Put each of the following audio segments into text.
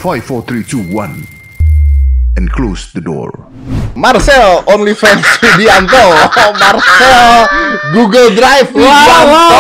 5, 4, 3, 2, 1 and close the door. Marcel OnlyFans Widianto. Marcel Google Drive Widianto.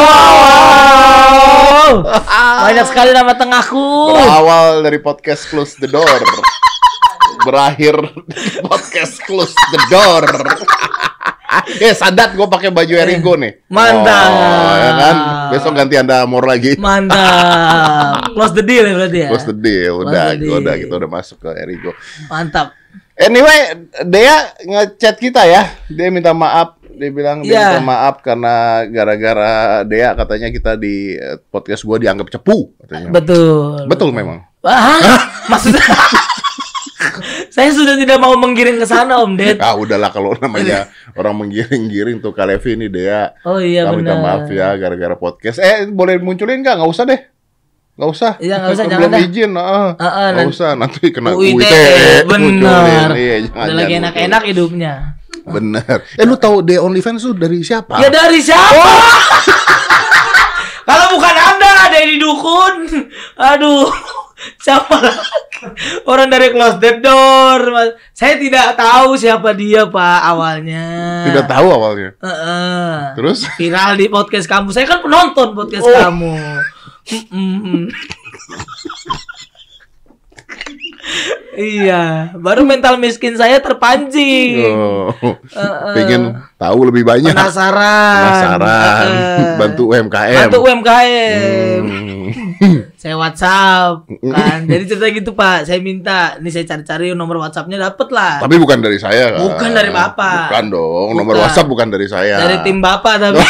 Banyak sekali nama tengahku. Berawal dari podcast Close the Door, berakhir podcast Close the Door. Sadat gue pakai baju Erigo nih. Mantap. Ya kan? Besok ganti Anda Amor lagi. Mantap. Close the deal ya berarti ya. Close the deal. Udah kita udah masuk ke Erigo. Mantap. Anyway, Dea ngechat kita ya. Dia minta maaf. Dia bilang dia minta maaf karena gara-gara Dea katanya kita di podcast gue dianggap cepu katanya. Betul memang. Maksudnya saya sudah tidak mau menggiring ke sana Om Ded. Udahlah kalau namanya orang menggiring-giring tuh Kalevi ini Dea. Oh iya benar. Minta maaf ya gara-gara podcast. Boleh munculin nggak? Nggak usah deh. Nggak usah. Iya nggak usah. Belum izin. Nggak usah. Nanti kena UIT. Benar. Iya, udah lagi enak-enak hidupnya. Bener. Lu tahu The OnlyFans tuh dari siapa? Ya dari siapa? Kalau bukan Anda, dari dukun. Aduh. Siapa lagi? Orang dari Close the Door. Saya tidak tahu siapa dia, Pak, awalnya. Tidak tahu awalnya. Terus viral di podcast kamu. Saya kan penonton podcast kamu. Iya, baru mental miskin saya terpancing. Pengen tahu lebih banyak. Penasaran. Bantu UMKM. Saya WhatsApp kan. Jadi cerita gitu Pak. Saya minta, nih saya cari-cari nomor WhatsAppnya, dapet lah. Tapi bukan dari saya kan? Bukan dari Bapak. Bukan dong, nomor WhatsApp bukan dari saya. Dari tim Bapak tapi.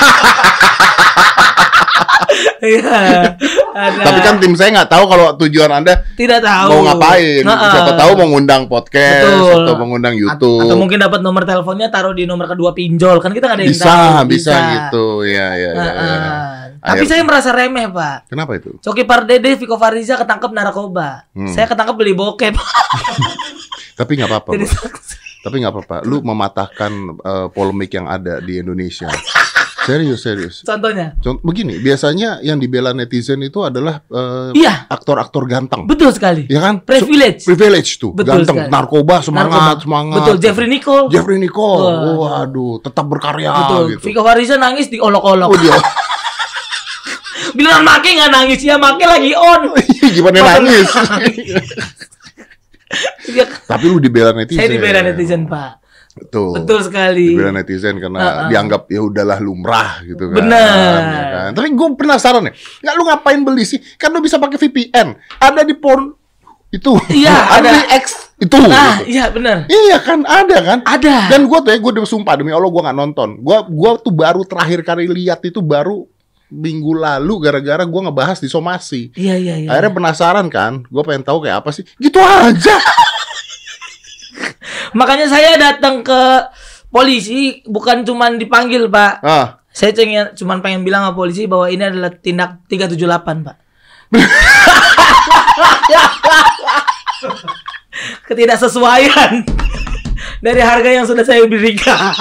Iya. Tapi kan tim saya nggak tahu kalau tujuan Anda tidak tahu mau ngapain. Siapa tahu mau ngundang podcast. Betul. Atau mengundang YouTube. Atau mungkin dapat nomor teleponnya taruh di nomor kedua pinjol. Kan kita nggak ada yang tahu. Bisa gitu. Ya. Tapi saya merasa remeh Pak. Kenapa itu? Coki Pardede, Viko Fariza ketangkep narkoba. Saya ketangkep beli bokep. Tapi nggak apa-apa. Tapi nggak apa-apa. Lu mematahkan polemik yang ada di Indonesia. Serius. Contohnya? Begini, biasanya yang dibela netizen itu adalah aktor-aktor ganteng. Betul sekali. Ya kan? Privilege tuh. Betul ganteng, sekali. Narkoba, semangat. Betul, Jeffrey Nicole. Waduh, tetap berkarya. Betul. Gitu. Viko Fariza nangis di olok-olok. Dia. Bilang Make nggak nangis ya, Make lagi on. Gimana nangis? Tapi lu dibela netizen. Saya dibela netizen, Pak. Betul sekali. Dibela netizen karena dianggap ya udahlah lumrah gitu kan. Benar. Ya kan? Tapi gue penasaran nih. Nggak, lu ngapain beli sih? Kan lu bisa pakai VPN. Ada di porn itu. Iya, ada di X itu. Nah, gitu. iya benar. Iya kan, ada kan? Ada. Dan gue sumpah demi Allah gue nggak nonton. Gue tuh baru terakhir kali lihat itu baru minggu lalu gara-gara gue ngebahas di Somasi. Iya. Akhirnya penasaran kan, gue pengen tahu kayak apa sih. Gitu aja. Makanya saya datang ke polisi bukan cuman dipanggil, Pak. Saya cuman pengen bilang sama polisi bahwa ini adalah tindak 378, Pak. Ketidaksesuaian dari harga yang sudah saya berikan.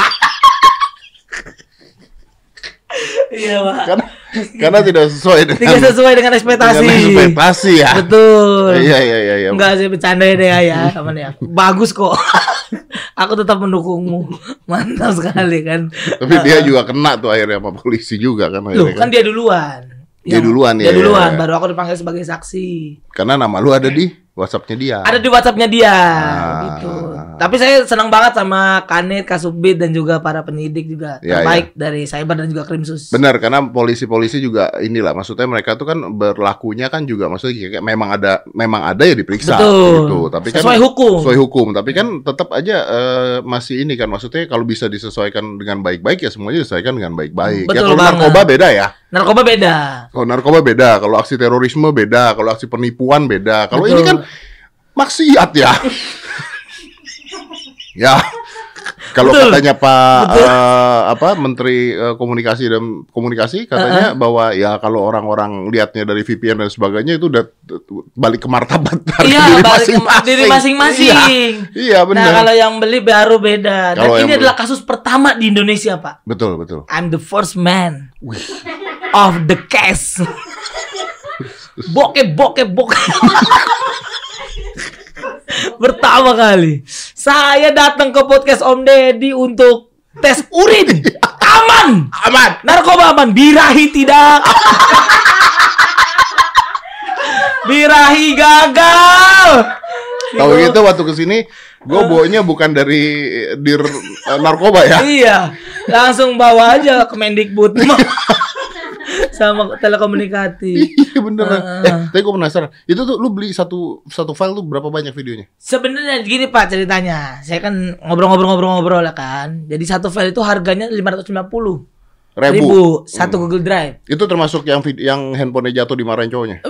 Iya, Pak. Karena tidak sesuai dengan ekspektasi ya. Betul. Iya. Enggak sih, bercanda ya, teman ya. Bagus kok. Aku tetap mendukungmu. Mantap sekali kan. Tapi dia juga kena tuh akhirnya sama polisi juga kan. Loh, kan dia duluan. Dia duluan, baru aku dipanggil sebagai saksi. Karena nama lu ada di WhatsApp-nya dia. Ada di WhatsApp-nya dia, gitu. Tapi saya senang banget sama Kanit, Kasubdit dan juga para penyidik juga terbaik dari cyber dan juga Krimsus. Benar, karena polisi-polisi juga inilah, maksudnya mereka tuh kan berlakunya kan juga maksudnya kayak memang ada ya diperiksa. Betul. Gitu. Tapi sesuai kan hukum. hukum, tapi kan tetap aja masih ini kan, maksudnya kalau bisa disesuaikan dengan baik-baik ya semuanya disesuaikan dengan baik-baik. Betul ya kalau banget. narkoba beda ya. Kalau narkoba beda, kalau aksi terorisme beda, kalau aksi penipuan beda. Kalau ini kan maksiat ya. Ya. Kalau katanya Pak Menteri Komunikasi katanya bahwa ya kalau orang-orang lihatnya dari VPN dan sebagainya itu udah balik ke martabat diri masing-masing. Iya benar. Nah, kalau yang beli baru beda. Dan ini adalah kasus pertama di Indonesia, Pak. Betul. I'm the first man of the case. Bokep. Pertama kali saya datang ke podcast Om Deddy untuk tes urin. Aman. Narkoba aman, birahi tidak. Birahi gagal. Kalau gitu waktu kesini gue bawanya bukan dari dir narkoba ya. Iya, langsung bawa aja ke Mendikbud sama telekomunikasi. Iya beneran. Tapi gue penasaran. Itu tuh lu beli satu file tuh berapa banyak videonya? Sebenarnya gini Pak ceritanya. Saya kan ngobrol lah kan. Jadi satu file itu harganya 550.000 satu Google Drive. Itu termasuk yang handphonenya jatuh dimarahin cowoknya.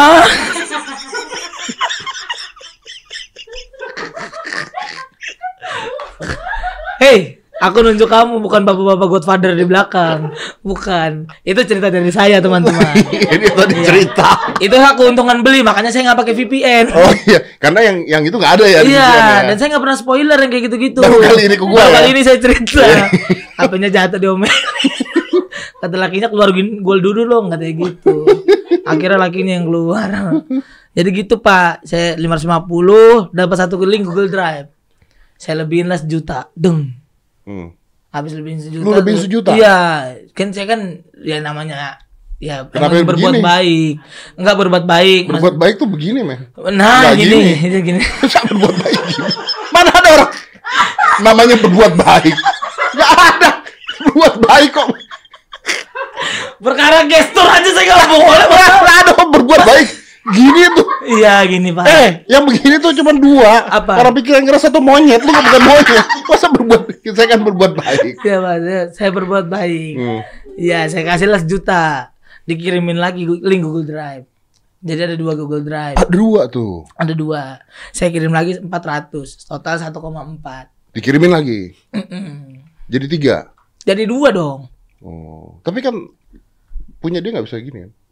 Hei, aku nunjuk kamu bukan bapak-bapak Godfather di belakang. Bukan. Itu cerita dari saya, teman-teman. Ini tadi cerita. Itu hak keuntungan beli, makanya saya nggak pakai VPN. Oh iya, karena yang itu nggak ada ya. Iya, dan saya nggak pernah spoiler yang kayak gitu-gitu. Baru kali ini ke gua. Baru kali ini saya cerita. HP-nya jatuh diomelin. Kata lakinya keluar gol dulu dong, katanya gitu. Akhirnya lakinya yang keluar. Jadi gitu Pak, saya 550 dapat satu link Google Drive. Saya lebihin lah 1 juta, deng. Habis lebihin 1 juta. Lu lebihin 1 juta? Iya, kan saya kan ya namanya ya kenapa berbuat baik. Enggak berbuat baik. Berbuat baik tuh begini, men. Nah, nggak gini. Masa berbuat baik gini? Mana ada orang namanya berbuat baik? Enggak ada. Berbuat baik kok. Perkara gestur aja saya enggak boleh. Mana ada berbuat baik? Gini tuh. Iya, gini Pak. Yang begini tuh cuma 2. Apa? Orang pikiran ngerasa tuh monyet, lu kan bukan monyet. Masa berbuat? Saya kan berbuat baik. Iya Pak, saya berbuat baik. Iya, saya kasih lah 1 juta. Dikirimin lagi link Google Drive. Jadi ada 2 Google Drive. Ada 2 tuh. Ada 2. Saya kirim lagi 400. Total 1,4. Dikirimin lagi. Jadi 3. Jadi 2 dong. Oh, tapi kan punya dia nggak bisa gini kan?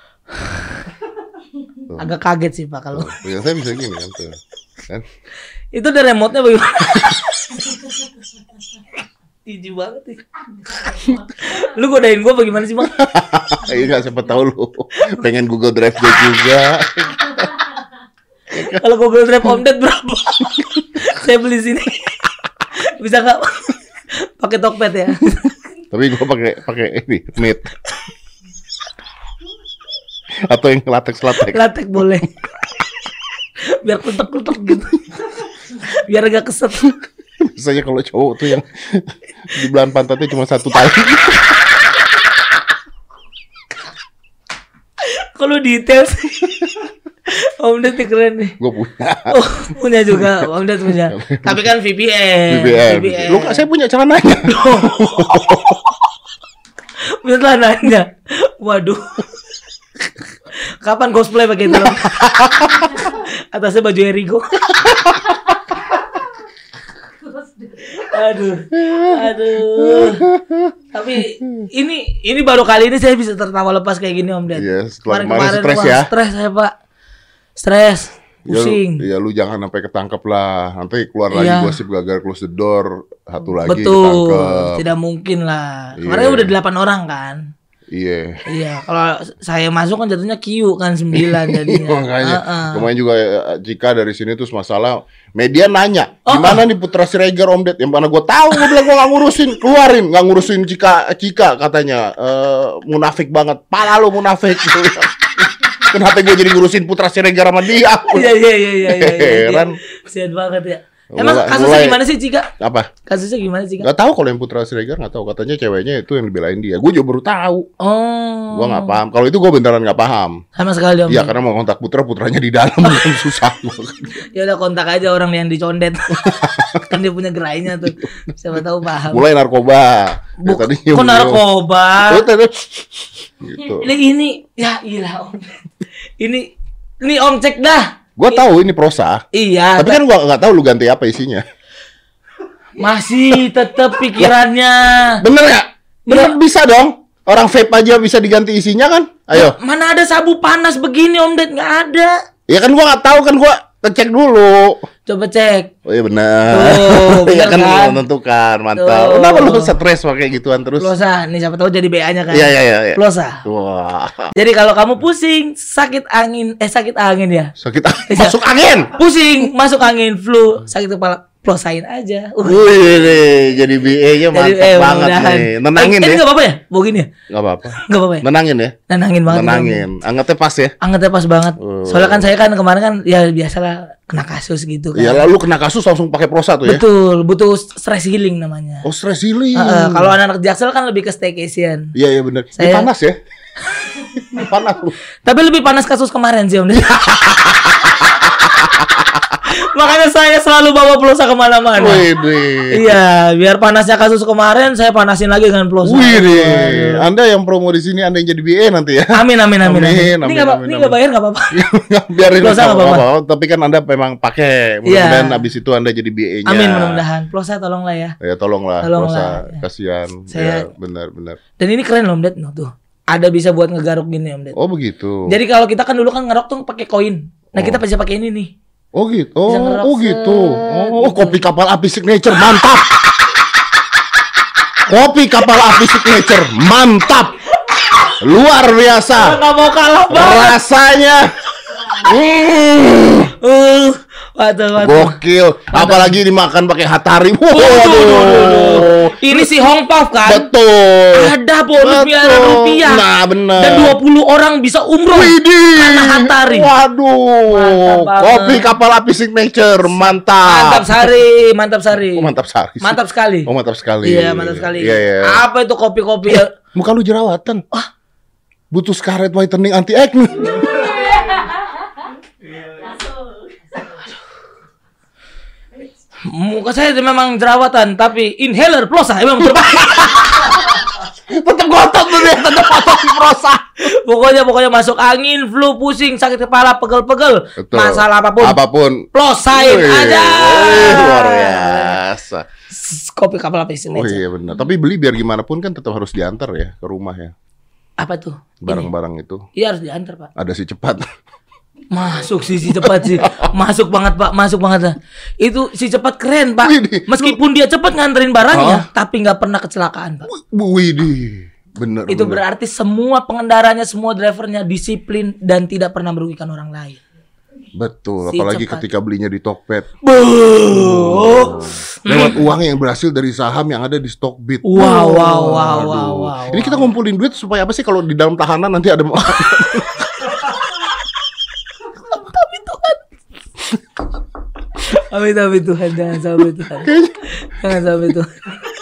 Agak kaget sih Pak kalau. Punya saya bisa gini kan tuh. Kan? Itu ada remote-nya bagaimana? Jijik banget nih. Lu godain gua bagaimana sih Bang? Iya nggak, siapa tahu lu pengen Google Drive dia juga. Kalau Google Drive Om Ded berapa? Saya beli sini. Bisa nggak? Pakai Tokped ya? Tapi gua pakai ini Meet. Atau yang latex. Latex boleh. Biar kletek-kletek gitu. Biar agak keset. Biasanya kalau cowok tuh yang di belahan pantatnya cuma 1 tali. Kalau detail sih. Om Ded keren nih. Gue punya. Oh, punya juga. Om Ded punya. Tapi kan VPN. Lu kan saya punya celananya. Punya celananya. Waduh. Kapan cosplay pakai itu? Atasnya baju Erigo. Aduh. Tapi ini baru kali ini saya bisa tertawa lepas kayak gini Om Ded. Iya, kemarin stres wah, ya. Stres saya Pak. Stres, pusing. Ya lu jangan sampai ketangkep lah. Nanti keluar lagi gosip gagal close the door, satu lagi betul, ketangkep. tidak mungkin lah. Iya. Kemarin udah 8 orang kan. Iya, kalau saya masuk kan jatuhnya Q kan 9 jadinya. Makanya kemarin juga Cika dari sini terus masalah media nanya gimana nih Putra Siregar Om Ded, yang mana gue tahu, gue bilang gue nggak ngurusin, keluarin, nggak ngurusin Cika katanya munafik banget, pala lu munafik. Kenapa gue jadi ngurusin Putra Siregar sama dia? Iya. Heran. Kasian banget ya. Emang kasusnya gimana sih Cika? Apa? Kasusnya gimana Cika? Gak tahu kalau yang Putra Siregar, gak tahu, katanya ceweknya itu yang dibelain dia. Gue juga baru tahu. Oh. Gue nggak paham. Kalau itu gue beneran nggak paham. Sama sekali Om. Iya, karena mau kontak putranya di dalam kan susah. Ya udah kontak aja orang yang dicondet. Kan dia punya gerainya tuh. Siapa tahu paham. Mulai narkoba. Kok narkoba? Gitu. Ini ya iyalah Om. Ini Om cek dah. Gue tahu ini prosa. Iya. Tapi kan gue nggak tahu lu ganti apa isinya. Masih tetap pikirannya. Bener ya? Bener bisa dong. Orang vape aja bisa diganti isinya kan? Ayo. Mana ada sabu panas begini Om Ded, nggak ada. Ya kan gue nggak tahu kan, gue ngecek dulu. Coba cek. Oh iya benar. Tuh, Iya bener kan kan? menentukan, mantap. Tuh. Kenapa lu stres pakai gituan terus? Plosa, nih siapa tahu jadi BA-nya kan. Iya. Plosa. Wah, Jadi kalau kamu pusing, sakit angin ya. sakit Iya. masuk angin. Pusing, masuk angin, flu, sakit kepala, plosain aja. Wih, nih, jadi BA-nya mantap banget mudah-mudahan. nih. Nenangin Ini ya. nggak apa-apa ya? Begini ya? Enggak apa-apa. Nggak apa-apa ya? Nenangin ya. Nenangin banget. Nenangin. Angetnya pas ya. Angetnya pas banget. Oh. Soalnya kan saya kan kemarin kan ya biasalah kena kasus gitu kan. Ya lalu kena kasus langsung pakai prosa tuh ya. Betul, butuh stress healing namanya. Oh, stress healing. Kalau anak-anak Jaksel kan lebih ke staycation. Iya benar. Ini Saya- panas ya. Ini panas lu. Tapi lebih panas kasus kemarin sih Om Ded. Makanya saya selalu bawa pulsa kemana-mana. Wih, nih. Iya, biar panasnya kasus kemarin saya panasin lagi dengan pulsa. Wih, nih. Anda yang promo di sini, Anda yang jadi BA nanti ya. Amin. Amin, Ini amin, nggak amin, nggak bayar nggak apa-apa. Biarin Pulsa nggak apa-apa. Tapi kan Anda memang pakai. Mudah-mudahan habis itu Anda jadi BA-nya. Amin mudah-mudahan. Pulsa tolonglah ya. Ya tolonglah, Tolonglah, ya. kasihan. Saya- Ya, benar. Dan ini keren loh Om Ded. Tuh. Ada bisa buat ngegaruk gini Om Ded. Oh begitu. Jadi kalau kita kan dulu kan ngerok tuh pakai koin. Nah, kita bisa pakai ini nih. Oh gitu. Bisa ngerok Oh gitu. Oh, gitu. kopi kapal api signature mantap. Kopi kapal api signature mantap. Luar biasa. Nggak mau kalah banget. Rasanya. Waduh. Gokil. Apalagi dimakan pakai hatari. Waduh. Ini si Hong Puff kan? Betul. Ada bonus miliaran rupiah. Nah, benar. Dan 20 orang bisa umroh. Widih. Karena hatari. Waduh. Mantap banget. Kopi kapal api signature mantap. Mantap Sari. Oh, mantap sekali. Mantap sekali. Oh, mantap sekali. Iya, mantap sekali. Iya. Apa itu kopi-kopi ya? Muka lu jerawatan. Butuh scarlet whitening anti acne. Muka saya memang jerawatan, tapi inhaler plosa emang terbaik. Tetap gotot tuh dia, tetap gotot di prosa. Pokoknya masuk angin, flu, pusing, sakit kepala, pegel-pegel, Betul. masalah apapun. Plosain Wih, aja. luar biasa. Kopi kapal api Oh iya benar. Tapi beli biar gimana pun kan tetap harus diantar ya ke rumah ya. Apa tuh? Barang-barang itu. Iya harus diantar Pak. Ada si cepat. Masuk si cepat sih. Masuk banget Pak, masuk banget. Itu si cepat keren Pak. Widih. Meskipun dia cepat nganterin barangnya, tapi nggak pernah kecelakaan Pak. Widih. Bener. Itu bener. berarti semua pengendaranya, semua drivernya disiplin dan tidak pernah merugikan orang lain. Betul. Si Apalagi cepat. ketika belinya di Tokped. Buh. Lewat uang yang berhasil dari saham yang ada di Stockbit. Wow. Ini kita ngumpulin duit supaya apa sih kalau di dalam tahanan nanti ada Amin Tuhan, jangan sampai Tuhan. Jangan sampai Tuhan.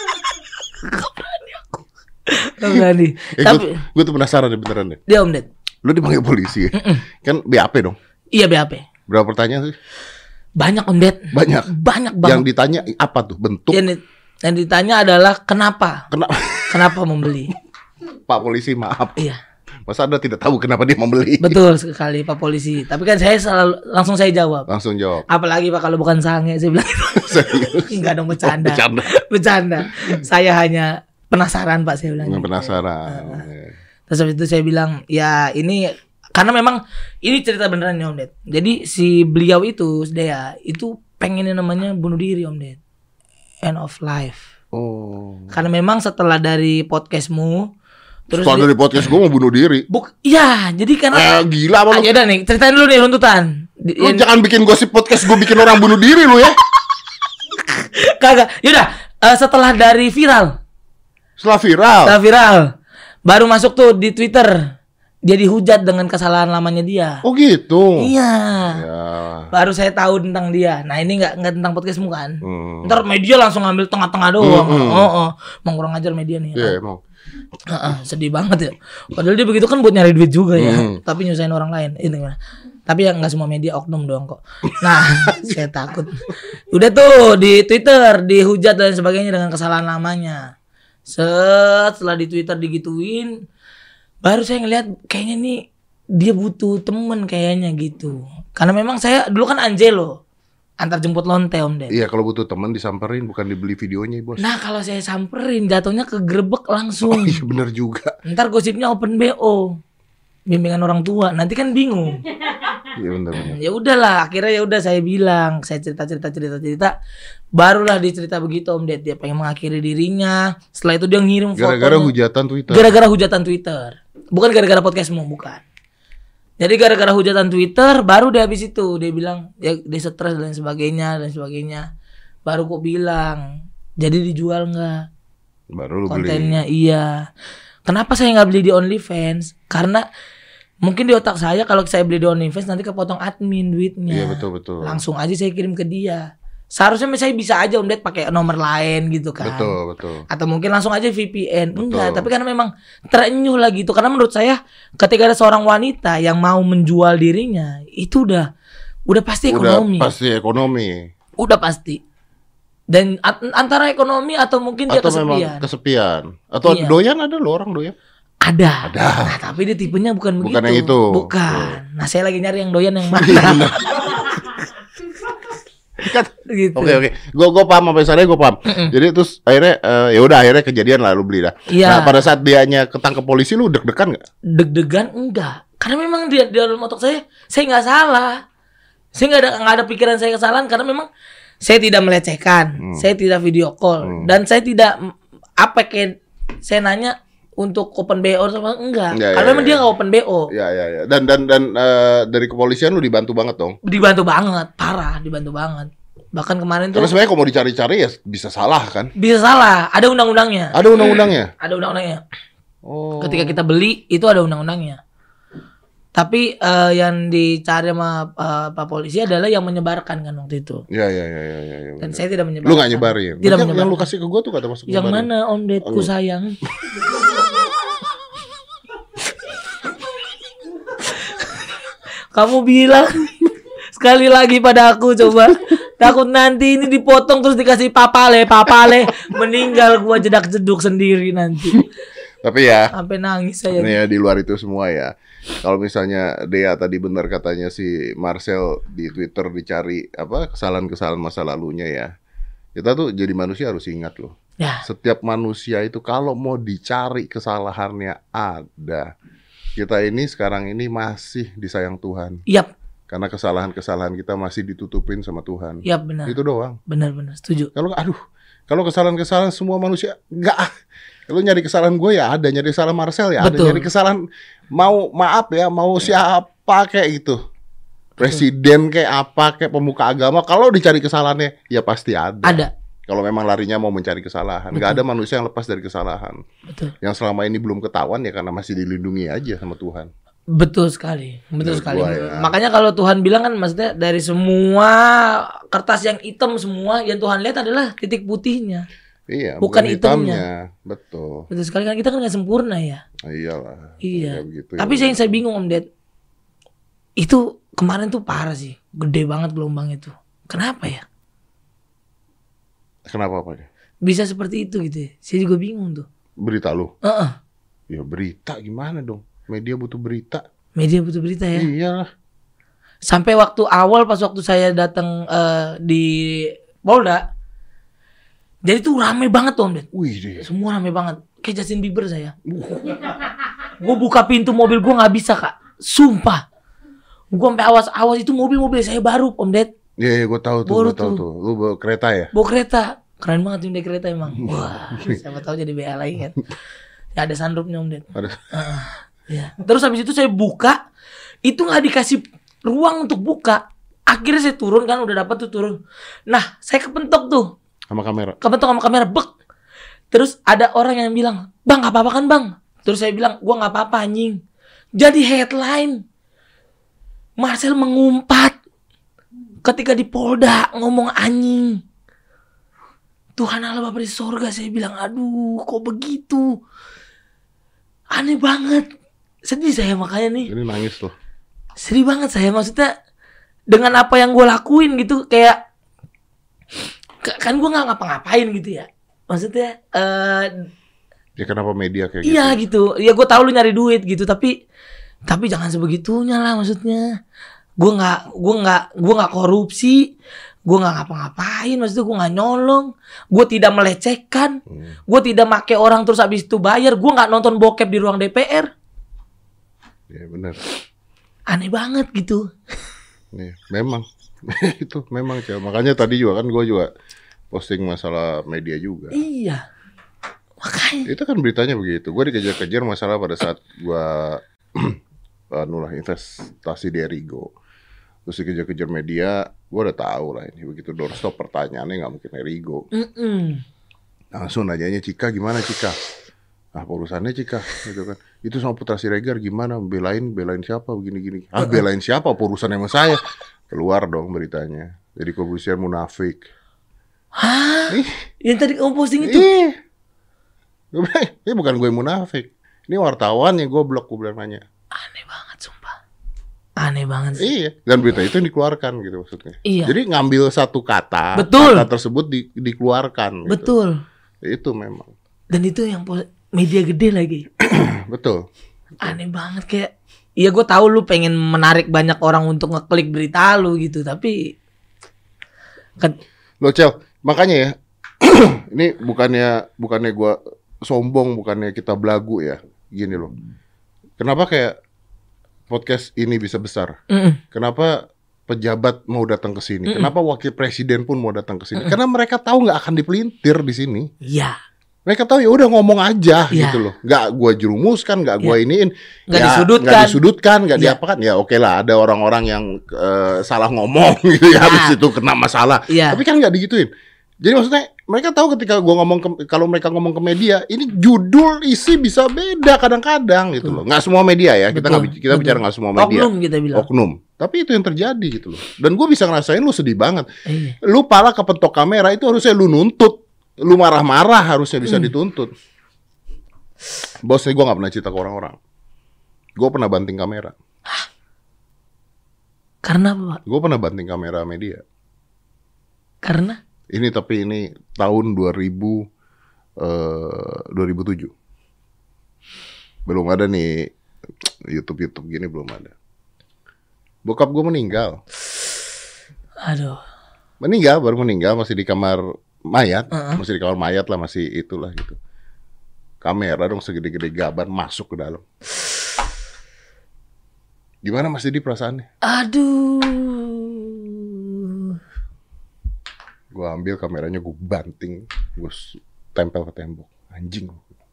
Gak berani. Tapi gue tuh penasaran deh beneran deh. dia Om Ded. Lu dipanggil polisi ya? Kan BAP dong. Iya BAP. Berapa pertanyaan sih? Banyak Om Ded. Banyak. Banyak Yang banget. ditanya apa tuh? Bentuk? Yang ditanya adalah kenapa? Kenapa membeli? Pak polisi maaf. Iya. Masa Anda tidak tahu kenapa dia membeli? Betul sekali Pak Polisi. Tapi kan saya selalu langsung saya jawab. Langsung jawab. Apalagi Pak kalau bukan sange saya bilang. Serius? Enggak dong bercanda. Bercanda. Bercanda. Saya hanya penasaran Pak saya bilang. Penasaran. Terus habis itu saya bilang, ya ini karena memang ini cerita beneran ya Om Ded. Jadi si beliau itu, Dea, itu pengennya namanya bunuh diri Om Ded. End of life. Oh. Karena memang setelah dari podcastmu, terus Setelah dari podcast gue mau bunuh diri. iya, jadi karena Gila apa lu? ya udah nih, ceritain dulu nih runtutan. Lu jangan bikin gosip podcast gue bikin orang bunuh diri lu ya. Kagak. Yaudah, setelah dari viral. Setelah viral. Setelah viral. Baru masuk tuh di Twitter. Dia dihujat dengan kesalahan lamanya dia. Oh gitu. Iya. Ya. Baru saya tahu tentang dia. Nah, ini enggak tentang podcastmu kan? Ntar Hmm. media langsung ngambil tengah-tengah doang. Emang kurang ajar media nih. Iya emang. Sedih banget ya. Padahal dia begitu kan buat nyari duit juga ya. Tapi nyusahin orang lain. Ini gimana? Tapi ya nggak semua media oknum doang kok. Nah, saya takut. Udah tuh di Twitter dihujat dan sebagainya dengan kesalahan lamanya. Setelah di Twitter digituin, baru saya ngelihat kayaknya nih dia butuh temen kayaknya gitu. Karena memang saya dulu kan Angelo, antar jemput lonte Om Ded. Iya kalau butuh teman disamperin bukan dibeli videonya bos. Nah kalau saya samperin jatuhnya kegerebek langsung. Oh iya bener juga. Ntar gosipnya open BO, bimbingan orang tua. Nanti kan bingung. Iya benar. Ya udahlah, akhirnya ya udah saya bilang, saya cerita, barulah dia cerita begitu Om Ded, dia pengen mengakhiri dirinya. Setelah itu dia ngirim fotonya. Gara-gara hujatan Twitter. Gara-gara hujatan Twitter. Bukan gara-gara podcastmu, bukan. Jadi gara-gara hujatan Twitter, baru dia habis itu dia bilang ya dia stres dan sebagainya. Baru kok bilang, jadi dijual nggak? Baru lu Kontennya beli. iya. Kenapa saya nggak beli di OnlyFans? Karena mungkin di otak saya kalau saya beli di OnlyFans nanti kepotong admin duitnya. Iya betul. Langsung aja saya kirim ke dia. Seharusnya saya bisa aja Om Ded pakai nomor lain gitu kan. Betul. Atau mungkin langsung aja VPN. Betul. Enggak, tapi karena memang terenyuh lah gitu. Karena menurut saya ketika ada seorang wanita yang mau menjual dirinya, itu udah pasti ekonomi. Udah pasti ekonomi. Udah pasti. Dan antara ekonomi atau mungkin dia Atau kesepian. memang kesepian. Atau Iya. doyan ada loh orang doyan. Ada. Nah, tapi dia tipenya bukan begitu. Bukan yang itu. Bukan. Nah, saya lagi nyari yang doyan yang Iya, mana. Gitu. Oke. Gue paham sampai sana gue paham. Jadi terus akhirnya akhirnya kejadian lah lu beli dah. Iya. Nah pada saat dianya ketangkep polisi lu deg-degan nggak? Deg-degan enggak. Karena memang dia di dalam otak saya nggak salah. Saya nggak ada pikiran saya kesalahan karena memang saya tidak melecehkan, saya tidak video call dan saya tidak saya nanya untuk open BO sama enggak. Karena memang dia nggak open BO. Ya. Dan dari kepolisian lu dibantu banget dong. Dibantu banget, parah, dibantu banget. Bahkan kemarin tuh Karena sebenarnya kalau mau dicari-cari ya bisa salah kan? bisa salah, ada undang-undangnya. Ada undang-undangnya. Ada undang-undangnya. Oh. Ketika kita beli itu ada undang-undangnya. Tapi yang dicari sama Pak polisi adalah yang menyebarkan kan waktu itu. Ya. Dan benar. saya tidak menyebarkan. Lu nggak nyebarin? Tidak Yang menyebarkan. lu kasih ke gua tuh kata masuk Yang nyebarin. mana Om Dedku sayang? Kamu bilang sekali lagi pada aku coba. Takut nanti ini dipotong terus dikasih papale meninggal gua jedak-jeduk sendiri nanti. Tapi ya Sampai nangis saya. ini ya di luar itu semua ya. Kalau misalnya Dea tadi benar katanya si Marcel di Twitter dicari kesalahan-kesalahan masa lalunya ya. Kita tuh jadi manusia harus ingat loh. Ya, Setiap manusia itu kalau mau dicari kesalahannya ada. Kita ini sekarang ini masih disayang Tuhan. yap, Karena kesalahan-kesalahan kita masih ditutupin sama Tuhan. yap benar. Itu doang. Benar, setuju. Kalau kesalahan-kesalahan semua manusia enggak ah. Kalau nyari kesalahan gue ya ada, nyari kesalahan Marcel ya ada, Betul. nyari kesalahan mau siapa kayak gitu. Presiden kayak apa, kayak pemuka agama, kalau dicari kesalahannya ya pasti ada. Ada. Kalau memang larinya mau mencari kesalahan, nggak ada manusia yang lepas dari kesalahan. Betul. Yang selama ini belum ketahuan ya karena masih dilindungi aja sama Tuhan. Betul sekali. Menurut gua ya. Makanya kalau Tuhan bilang kan maksudnya dari semua kertas yang hitam semua yang Tuhan lihat adalah titik putihnya. Iya, Bukan hitamnya. Betul. Betul sekali kan kita kan nggak sempurna ya. Iyalah. Iya. Kayak begitu, Tapi ya. saya bingung Om Ded. Itu kemarin tuh parah sih. Gede banget gelombang itu. Kenapa ya? Kenapa Pak? Bisa seperti itu gitu ya. Saya juga bingung tuh. Berita lu? Heeh. Ya berita gimana dong? Media butuh berita. Media butuh berita ya. Iyalah. Sampai waktu awal pas waktu saya datang di Polda. Jadi tuh rame banget tuh Om Ded. Wih deh. Semua rame banget. Kayak Justin Bieber saya. Gue buka pintu mobil gue nggak bisa Kak. Sumpah. Gue sampai awas-awas itu mobil-mobil saya baru Om Ded. Iya, gue tahu tuh, Baru gue tahu tuh. Lu bawa kereta ya? Bawa kereta. Keren banget tuh naik kereta emang. Wah, siapa tahu jadi BA lagi kan. Ya ada sunroofnya Om Ded. Ada. Ya. Terus habis itu saya buka, itu nggak dikasih ruang untuk buka. Akhirnya saya turun kan, udah dapat tuh turun. Nah, saya kepentok tuh. Sama kamera. Kepentok sama kamera, bek. Terus ada orang yang bilang, "Bang, nggak apa-apa kan Bang?" Terus saya bilang, "Gua nggak apa-apa anjing." Jadi headline. Marcel mengumpat ketika di Polda ngomong anjing. Tuhan Allah Bapa di sorga, saya bilang, aduh kok begitu. Aneh banget. Sedih saya makanya nih. Ini nangis loh. Sedih banget saya, maksudnya dengan apa yang gue lakuin gitu. Kayak kan gue gak ngapa-ngapain gitu ya. Maksudnya Ya kenapa media kayak iya gitu? gitu. Ya gue tahu lu nyari duit gitu, tapi jangan sebegitunya lah maksudnya. Gue nggak korupsi, gue nggak ngapa-ngapain, maksudnya gue nggak nyolong, gue tidak melecehkan, gue tidak make orang terus habis itu bayar, gue nggak nonton bokep di ruang DPR. Ya benar. Aneh banget gitu. Iya, memang itu memang Cel. Makanya tadi juga kan gue juga posting masalah media juga. Iya. Makanya. Itu kan beritanya begitu. Gue dikejar-kejar masalah pada saat gue investasi di Erigo. Terus dikejar-kejar media, gue udah tahu lah ini. Begitu doorstop pertanyaannya nggak mungkin Erigo. Langsung nanyanya Cika gimana Cika? Ah urusannya Cika gitu kan. Itu sama Putra Siregar gimana? Belain siapa begini-gini. Ah belain siapa? Urusannya sama saya. Keluar dong beritanya. Jadi Corbusier munafik. Hah? Yang tadi kamu posting itu? Gue bilang, ini bukan gue munafik. Ini wartawan yang goblok, gue bilang nanya. Aneh banget sumpah. Aneh banget sih. Iya, dan berita itu yang dikeluarkan gitu maksudnya. Iya. Jadi ngambil satu kata, Betul. kata tersebut dikeluarkan. Betul. Gitu. Itu memang. Dan itu yang media gede lagi. Betul. Aneh banget kayak. Iya gue tahu lu pengen menarik banyak orang untuk ngeklik berita lu gitu, tapi Loh Cel, makanya ya, ini bukannya gue sombong, bukannya kita belagu ya, gini loh. Kenapa kayak podcast ini bisa besar? Kenapa pejabat mau datang ke sini? Kenapa wakil presiden pun mau datang ke sini? Karena mereka tahu nggak akan dipelintir di sini. iya. Mereka tahu ya udah ngomong aja Iya. gitu loh. Nggak gue jerumuskan, nggak gue iniin. Nggak disudutkan, nggak Iya. diapakan. Ya oke lah, ada orang-orang yang salah ngomong gitu ya, habis itu kena masalah. Iya. Tapi kan nggak digituin. Jadi maksudnya mereka tahu ketika gue kalau mereka ngomong ke media, ini judul isi bisa beda kadang-kadang gitu loh. Nggak semua media ya, kita bicara nggak semua media. Oknum kita bilang. Oknum. Tapi itu yang terjadi gitu loh. Dan gue bisa ngerasain lu sedih banget. Iya. Lu pala kepentok kamera itu harusnya lu nuntut. Lu marah-marah harusnya bisa dituntut. Bosnya gue gak pernah cerita ke orang-orang. Gue pernah banting kamera. Karena apa, Pak? Gue pernah banting kamera media. Karena Ini tahun 2007. Belum ada nih YouTube gini, belum ada. Bokap gue meninggal. aduh. Baru meninggal, masih di kamar mayat, masih di kamar mayat lah, masih itulah gitu. Kamera dong segede-gede gaban masuk ke dalam. Gimana Mas Didi perasaannya? Aduh. Gue ambil kameranya, gue banting, gue tempel ke tembok. Anjing.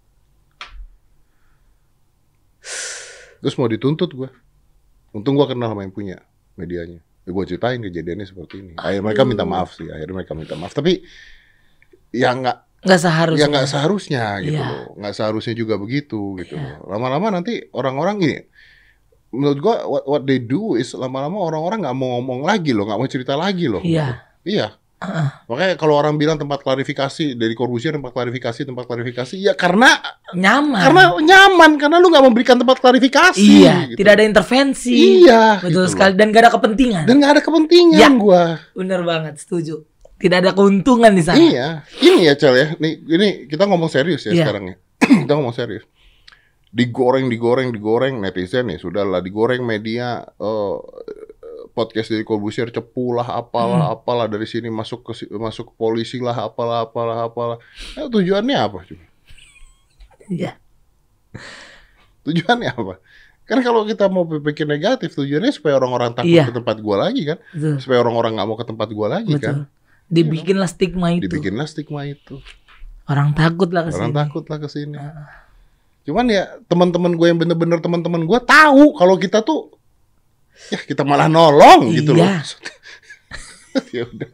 Terus mau dituntut gue. Untung gue kenal sama yang punya medianya. Ya, gue ceritain kejadiannya seperti ini. Akhirnya mereka minta maaf sih. Tapi ya nggak seharusnya gitu loh. Nggak seharusnya juga begitu gitu loh. Lama-lama nanti orang-orang gini. Menurut gua what they do is lama-lama orang-orang nggak mau ngomong lagi loh, nggak mau cerita lagi loh. Iya. Iya. Makanya kalau orang bilang tempat klarifikasi dari Corbusier, tempat klarifikasi, ya karena nyaman, karena lu nggak memberikan tempat klarifikasi. Iya. Gitu. Tidak ada intervensi. Iya. Betul gitu sekali. loh. Dan gak ada kepentingan. Ya. Gua. Bener banget, setuju. Tidak ada keuntungan di sana. Iya. Ini ya Cel ya. Ini kita ngomong serius ya sekarang ya. Kita ngomong serius. Digoreng netizen nih, sudahlah digoreng media, podcast dari Corbusier cepu lah, apalah dari sini masuk ke polisi lah, apalah. Tujuannya apa coba? Iya. Tujuannya apa? Kan kalau kita mau berpikir negatif, tujuannya supaya orang-orang takut ke tempat gua lagi kan? Betul. Supaya orang-orang nggak mau ke tempat gua lagi kan? Dibikinlah stigma itu. Orang takut lah ke sini. Cuman ya teman-teman gue yang bener-bener teman-teman gue tahu kalau kita tuh ya kita malah nolong gitu loh. Ya udah.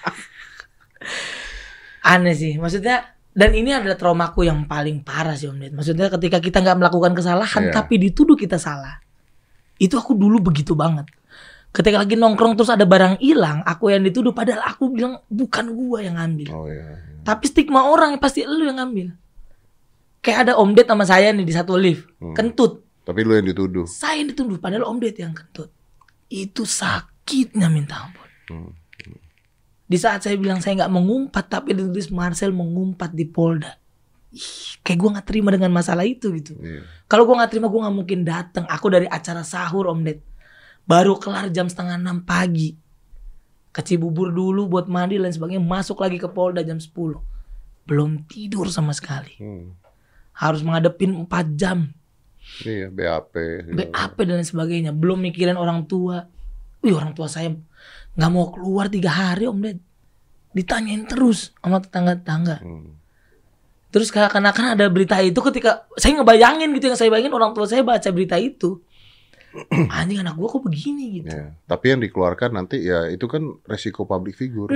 Aneh sih, maksudnya. Dan ini adalah traumaku yang paling parah sih Om Ded. Maksudnya ketika kita nggak melakukan kesalahan tapi dituduh kita salah. Itu aku dulu begitu banget. Ketika lagi nongkrong terus ada barang hilang, aku yang dituduh padahal aku bilang bukan gua yang ngambil. Tapi stigma orang pasti lu yang ngambil. Kayak ada Om Ded sama saya nih di satu lift, kentut. Tapi lu yang dituduh. Saya yang dituduh padahal Om Ded yang kentut. Itu sakitnya minta ampun. Di saat saya bilang saya nggak mengumpat, tapi ditulis Marcel mengumpat di Polda. Kayak gue nggak terima dengan masalah itu gitu. Kalau gue nggak terima, gue nggak mungkin datang. Aku dari acara sahur Om Ded, baru kelar jam 5:30 pagi. Ke Cibubur dulu buat mandi dan sebagainya, masuk lagi ke Polda jam 10. Belum tidur sama sekali. Harus menghadapin 4 jam. Iya, BAP dan sebagainya. Belum mikirin orang tua. Wih, orang tua saya nggak mau keluar 3 hari Om Ded. Ditanyain terus sama tetangga-tetangga. Terus karena ada berita itu, ketika saya ngebayangin gitu, yang saya bayangin orang tua saya baca berita itu. Anjing, anak gua kok begini gitu. Ya, tapi yang dikeluarkan nanti ya itu kan resiko public figure.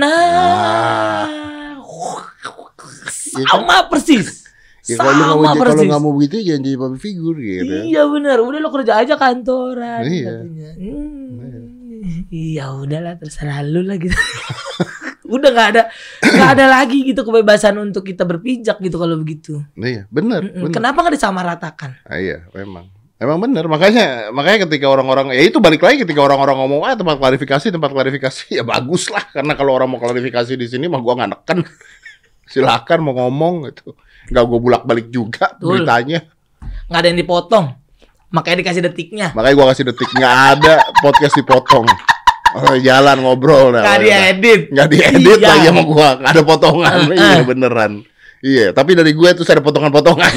Sama persis. Ya, kalau nggak mau begitu jangan jadi public figure gitu. Iya benar, udah lo kerja aja kantoran. Iya. Katanya. Iya udahlah, terserah lu lah gitu. Udah nggak ada lagi gitu kebebasan untuk kita berpijak gitu kalau begitu. Iya, benar. Kenapa nggak disamaratakan? Iya, memang benar. Makanya ketika orang-orang, ya itu balik lagi, ketika orang-orang ngomong tempat klarifikasi ya bagus lah, karena kalau orang mau klarifikasi di sini mah gua nggak neken. Silakan mau ngomong gitu. Nggak gue bolak-balik juga beritanya. Nggak ada yang dipotong. Makanya dikasih detiknya. Makanya gue kasih detik. Nggak ada podcast dipotong. Jalan ngobrol. Nggak diedit. Nggak diedit lagi sama gue. Nggak ada potongan. Iya beneran. Iya. Tapi dari gue tuh ada potongan-potongan.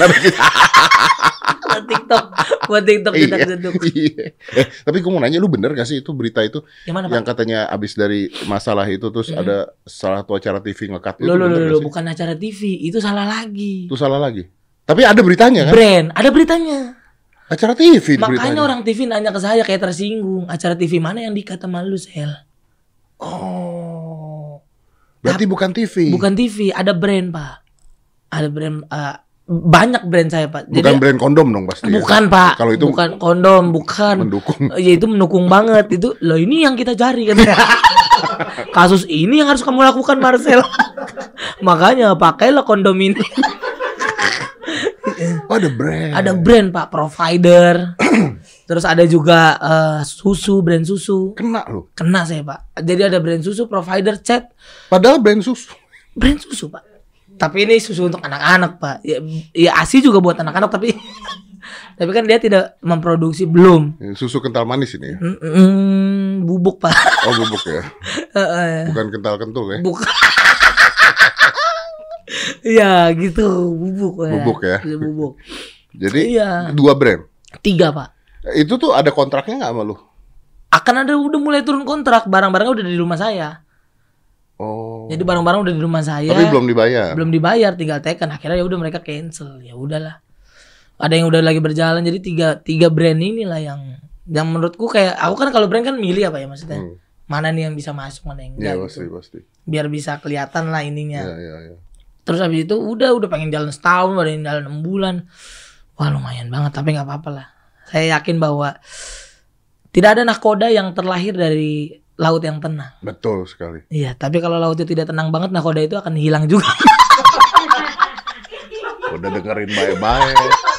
Buat TikTok kita kejeduk. Iya. Tapi gue mau nanya, lu bener gak sih itu berita itu? Yang mana, Pak? Yang katanya abis dari masalah itu terus ada salah satu acara TV nge-cut itu. Loh, bukan acara TV, itu salah lagi. Itu salah lagi. Tapi ada beritanya kan? Brand, ada beritanya. Acara TV. Makanya beritanya. orang TV nanya ke saya kayak tersinggung. Acara TV mana yang di-cut sama lu, Sel? Oh. Berarti bukan TV. Bukan TV, ada brand, Pak. Ada brand, banyak brand saya, Pak. Bukan jadi, brand kondom dong pasti. Bukan, ya? Pak. Kalau itu bukan kondom, bukan. Mendukung. Ya itu mendukung banget itu. Loh, ini yang kita cari kan. Kasus ini yang harus kamu lakukan, Marcel. Makanya pakailah kondom ini. Oh, ada brand. Ada brand, Pak, provider. Terus ada juga susu, brand susu. Kena loh. Kena saya, Pak. Jadi ada brand susu, provider chat. Padahal brand susu. Brand susu, Pak. Tapi ini susu untuk anak-anak, Pak. Ya ASI juga buat anak-anak, tapi tapi kan dia tidak memproduksi, belum. Susu kental manis ini ya? Bubuk, Pak. Oh, bubuk ya. Bukan kental kentul ya. Bukan. Iya, gitu, bubuk. Bubuk ya. Bubuk. Jadi iya. 2 brand. 3, Pak. Itu tuh ada kontraknya nggak sama lu? Akan ada, udah mulai turun kontrak, barang-barangnya udah di rumah saya. Oh. Jadi barang-barang udah di rumah saya. Tapi belum dibayar. Belum dibayar, tinggal tekan. Akhirnya ya udah mereka cancel. Ya udahlah. Ada yang udah lagi berjalan. Jadi tiga brand inilah yang menurutku kayak, aku kan kalau brand kan milih apa ya maksudnya. Mana nih yang bisa masuk, mana yang enggak. Iya, pasti. Biar bisa kelihatan lah ininya. Iya. Terus habis itu udah pengen jalan setahun, ada yang jalan 6 bulan. Wah, lumayan banget, tapi enggak apa-apa lah. Saya yakin bahwa tidak ada nahkoda yang terlahir dari laut yang tenang. Betul sekali. Iya, tapi kalau lautnya tidak tenang banget, nahkoda itu akan hilang juga. Udah dengerin baik-baik.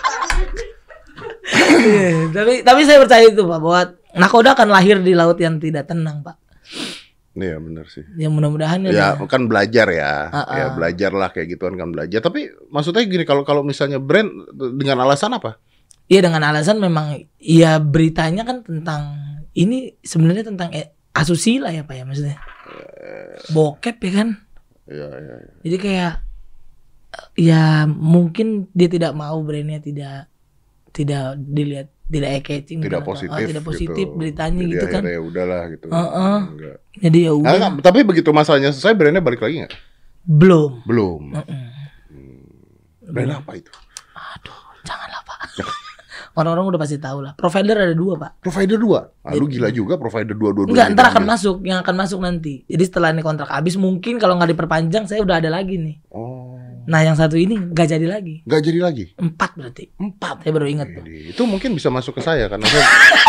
Tapi saya percaya itu, Pak, bahwa nahkoda akan lahir di laut yang tidak tenang, Pak. Iya, benar sih. Ya mudah-mudahan ya kan belajar ya. Ya belajar lah kayak gituan kan belajar. Tapi maksudnya gini, kalau misalnya brand dengan alasan apa? Iya, dengan alasan memang ya beritanya kan tentang ini sebenarnya tentang asusila ya, Pak ya, maksudnya. Bokep ya kan? Iya. Jadi kayak ya mungkin dia tidak mau brandnya tidak dilihat, tidak eye-catching, tidak positif gitu. Beritanya jadi gitu kan. Ya udahlah gitu. Jadi ya udah. Tapi begitu masalahnya selesai, brandnya balik lagi nggak? Belum. Brand apa itu? Aduh, janganlah, Pak. Orang-orang udah pasti tahu lah. Provider ada 2, Pak. Provider 2? Lu gila juga, provider 2. Enggak, ntar akan masuk. Yang akan masuk nanti. Jadi setelah ini kontrak habis, mungkin kalau nggak diperpanjang, saya udah ada lagi nih. Oh. Nah, yang satu ini nggak jadi lagi. Nggak jadi lagi? 4 berarti. 4. Saya baru ingat. Itu mungkin bisa masuk ke saya karena saya...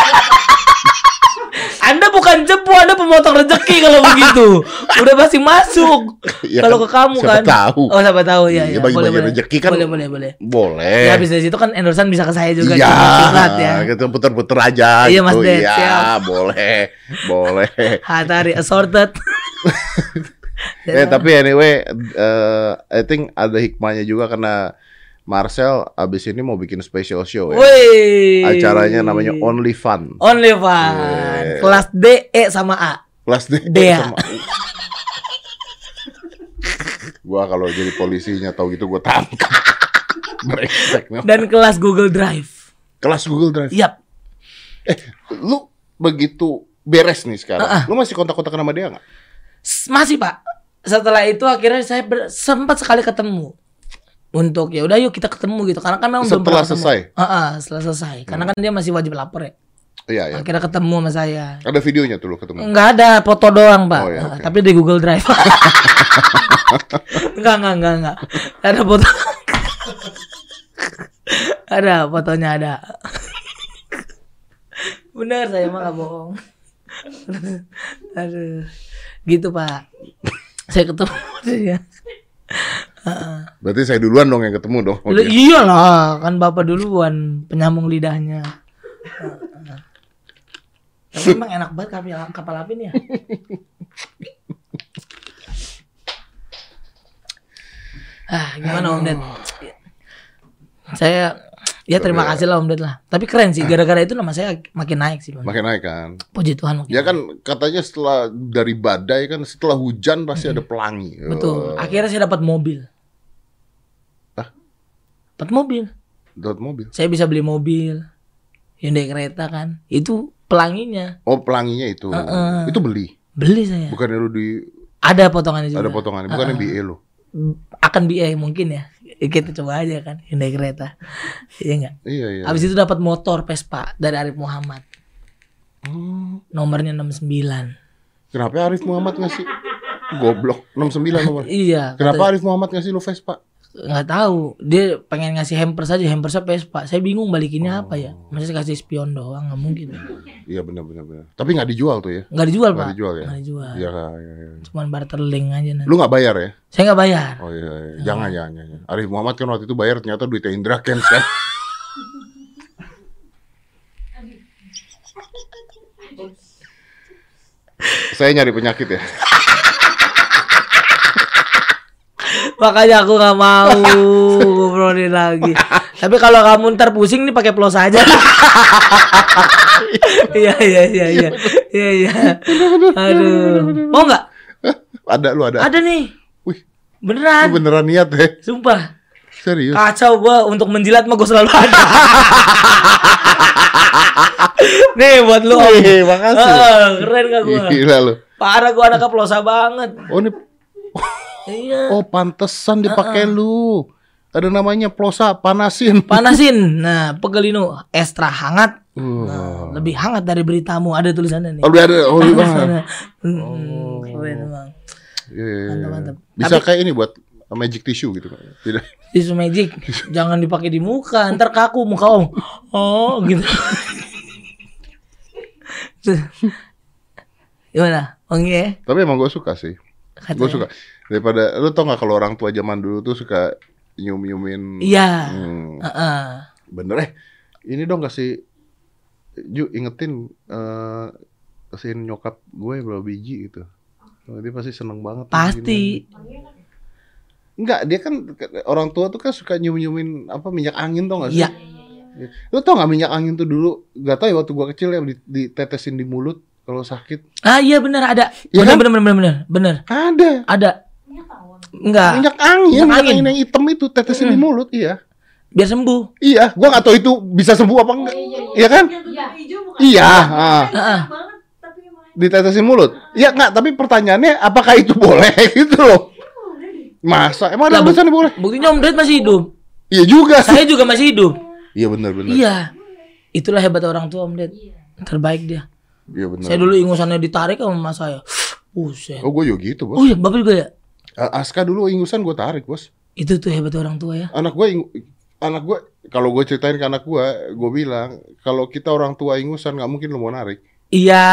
Anda bukan jepu, Anda pemotong rezeki kalau begitu. Udah pasti masuk. Ya, kalau ke kamu siapa kan. Tahu. Oh, siapa tahu ya. Bagi-bagi rezeki kan. Boleh. Boleh. Ya habis dari situ kan endorsement bisa ke saya juga. Iya. Ya. Gitu puter-puter aja. Iya, gitu. Mas Ded. Iya, boleh. Hatari assorted. Tapi anyway, I think ada hikmahnya juga karena Marcel abis ini mau bikin special show ya. Wey. Acaranya namanya Only Fun. Only Fun. Yeah. Kelas D, E sama A. Kelas D, D sama A. Gua kalau jadi polisinya tahu gitu gua tangkap. Brengsek. Dan kelas Google Drive. Kelas Google Drive. Yap. Lu begitu beres nih sekarang. Lu masih kontak-kontak sama dia nggak? Masih Pak. Setelah itu akhirnya saya sempat sekali ketemu. Untuk ya udah yuk kita ketemu gitu. Karena kan memang belum Setelah pernah ketemu. selesai? Setelah selesai. Karena kan dia masih wajib lapor ya. Iya, iya. Akhirnya ketemu sama saya. Ada videonya tuh lu ketemu? Enggak ada, foto doang Pak. Oh, iya, oke. Tapi di Google Drive. Enggak. Ada foto. Ada fotonya ada. Bener saya mah gak bohong. Aduh. Gitu Pak. Saya ketemu dia. Berarti saya duluan dong yang ketemu dong. Lu, iyalah, kan Bapak duluan penyambung lidahnya. Tapi emang enak banget kapal api nih ya. Gimana Om Ded? Saya ya terima kasih lah Om Ded lah. Tapi keren sih, gara-gara itu nama saya makin naik sih Bang. Makin naik kan. Puji Tuhan makin Ya naik. kan katanya setelah dari badai kan setelah hujan pasti ada pelangi. Betul. Akhirnya saya dapat mobil. Hah? Dapat mobil. Dapat mobil. Saya bisa beli mobil. Hyundai Creta kan. Itu pelanginya. Oh, pelanginya itu. Itu beli. Beli saya. Bukannya lu di Ada potongannya juga. ada potongannya, bukannya BE lu. Akan BI mungkin ya. Kita coba aja kan Hyundai Creta. Iya enggak? Iya, iya. Habis itu dapat motor Vespa dari Arif Muhammad. Nomornya 69. Kenapa Arif Muhammad ngasih goblok 69 nomor? Iya. Kenapa Arif Muhammad ngasih lu Vespa? Nggak tahu, dia pengen ngasih hampers aja, hampersnya Vespa. Saya bingung balikinnya apa ya. Masih kasih spion doang, nggak mungkin. Iya benar. Tapi nggak dijual tuh ya? Nggak dijual Nggak Pak. dijual ya? Nggak dijual. Iya, iya. Cuman barterling aja nanti. Lu nggak bayar ya? Saya nggak bayar. Oh iya. Jangan. Arif Muhammad kan waktu itu bayar ternyata duitnya Indra Kents kan. Saya nyari penyakit ya. Makanya aku nggak mau ngobrolin lagi. Tapi kalau kamu ntar pusing nih pakai plus aja. Iya. Aduh. Mau nggak? Ada. Ada nih. Wih, Beneran. lu beneran niat ya? Sumpah. Serius? Kacau gua untuk menjilat mah gua selalu ada. Nih buat lu Om. Wih, makasih. Keren gak gua? Gila lu. Parah gua anak keplosa banget. Oh ini, Iya. oh pantesan dipakai lu. Ada namanya plosa panasin. Panasin. Nah, pegelinu ekstra hangat. Nah, lebih hangat dari beritamu. Ada tulisannya nih. Oh, ada. Oh, Tulisannya. Keren emang. Iya. Mantap. Bisa kayak ini buat magic tissue gitu. Tidak. Tisu magic jangan dipakai di muka, ntar kaku muka Om. Oh, gitu. Gimana? Oke ya? Tapi emang gue suka sih. Gue suka. Daripada lu tau gak kalau orang tua zaman dulu tuh suka nyium-nyiumin. Iya. Bener ini dong kasih Ju ingetin kasihin nyokap gue berapa biji gitu. Dia pasti seneng banget. Pasti. Enggak, dia kan orang tua tuh kan suka nyium-nyiumin apa minyak angin tau gak sih? Iya. Lu tau gak minyak angin tuh dulu? Gak tau ya waktu gua kecil ya ditetesin di mulut kalau sakit. Ah iya benar ada. Iya Benar. Ada. Ada. Enggak. Minyak angin yang hitam itu tetesin di mulut, iya. Biar sembuh. Iya, gua nggak tahu itu bisa sembuh apa enggak. Iya kan? Iya. Ditetesin mulut. Iya enggak, tapi pertanyaannya apakah itu boleh gitu loh. Masa emang ada tulisannya boleh? Buktinya Om Ded masih hidup. Iya juga sih. Saya juga masih hidup. Iya benar. Iya. Itulah hebat orang tua Om Ded. Terbaik dia. Iya benar. Saya dulu ingusannya ditarik sama mas saya. Buset. Oh, gue juga gitu, Bos. Oh iya, Bapak juga ya? Aska dulu ingusan gue tarik, Bos. Itu tuh hebat orang tua ya. Anak gue kalau gue ceritain ke anak gue bilang kalau kita orang tua ingusan nggak mungkin lo mau narik. Iya.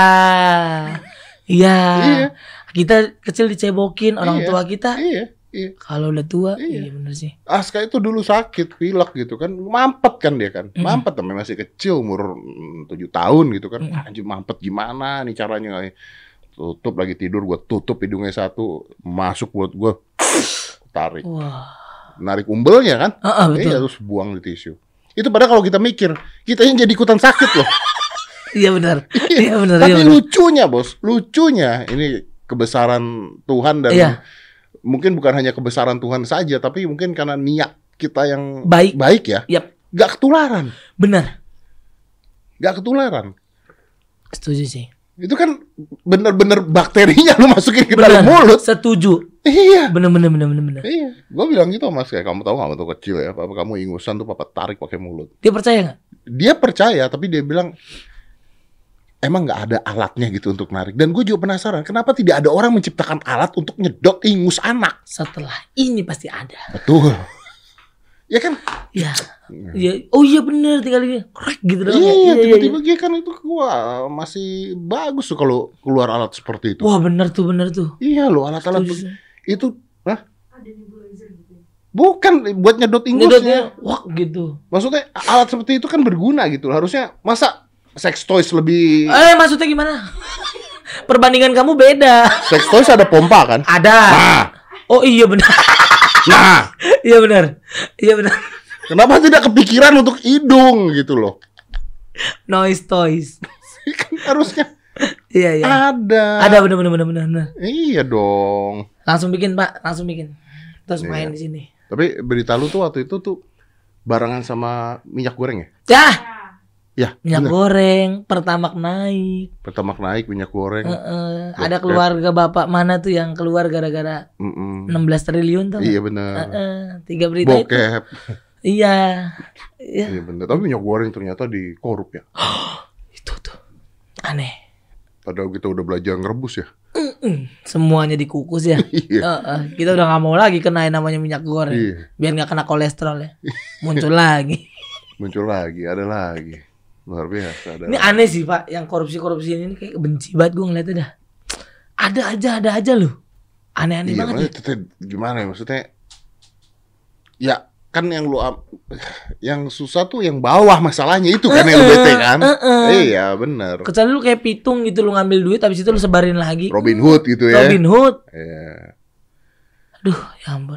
Iya. Kita kecil dicebokin orang Iya. tua kita. Iya. Kalau udah tua, Iya. iya bener sih. Aska itu dulu sakit, pilek gitu kan, mampet kan dia kan, mampet tapi masih kecil umur 7 tahun gitu kan, anjir mampet gimana nih caranya, tutup lagi tidur, gue tutup hidungnya satu, masuk buat gue, tarik, Wah. narik umbelnya kan, Betul. iya terus buang di tisu. Itu padahal kalau kita mikir, kita yang jadi ikutan sakit loh. Iya benar. Iya benar. Tapi lucunya bos, lucunya ini kebesaran Tuhan dan Iya. mungkin bukan hanya kebesaran Tuhan saja, tapi mungkin karena niat kita yang Baik. ya, Yap. gak ketularan, Benar. gak ketularan. Setuju sih. Itu kan bener-bener bakterinya lu masukin ke Bener, dalam mulut. setuju. Iya. Bener. Iya. Gue bilang gitu Mas, kayak kamu tahu nggak waktu kecil ya, apa kamu ingusan tuh papa tarik pakai mulut. Dia percaya nggak? Dia percaya, tapi dia bilang emang nggak ada alatnya gitu untuk narik. Dan gue juga penasaran, kenapa tidak ada orang menciptakan alat untuk nyedot ingus anak? Setelah ini pasti ada. Betul. Ya kan? Ya. Ya. Oh iya bener, tinggal ini krek gitu doang. Iya, tiba-tiba dia kan itu wah, masih bagus tuh kalau keluar alat seperti itu. Wah bener tuh. Iya loh, alat-alat Setuju. itu, hah? Bukan buat nyedot ingusnya. Nyedotnya wah gitu. Maksudnya alat seperti itu kan berguna gitu. Harusnya masa sex toys lebih. Maksudnya gimana? Perbandingan kamu beda. Sex toys ada pompa kan? Ada. Nah, Oh iya benar. nah, Iya benar. kenapa tidak kepikiran untuk hidung gitu loh? Noise toys. Kan harusnya Iya. ada. Ada benar. Iya dong. Langsung bikin Pak, Terus main Iya. di sini. Tapi berita lu tuh waktu itu tuh barengan sama minyak goreng ya? Yah, Ya, minyak bener. goreng, Pertamax naik. Pertamax naik, minyak goreng. Ada keluarga bapak mana tuh yang keluar gara-gara Mm-mm. 16 triliun tuh? Iya benar. 3 berita itu. Bokep. Iya. Iya benar. Tapi minyak goreng ternyata dikorup ya. Itu tuh. Aneh. Padahal kita udah belajar ngerebus ya. Semuanya dikukus ya. Iya. Kita udah nggak mau lagi kena yang namanya minyak goreng. Iya. Biar nggak kena kolesterol ya. Muncul lagi. Muncul lagi, ada lagi. Luar biasa. Ada Ini aneh sih Pak, yang korupsi ini kayak benci banget gue ngeliatnya dah. Ada aja loh. Aneh-aneh iya, banget ya. maksudnya gimana ya maksudnya? Ya kan yang susah tuh yang bawah masalahnya itu kan yang lu bete kan? Iya benar. Kecuali lu kayak pitung gitu, lu ngambil duit habis itu lu sebarin lagi. Robin Hood gitu ya. Robin Hood. Iya. Aduh, ya ampun.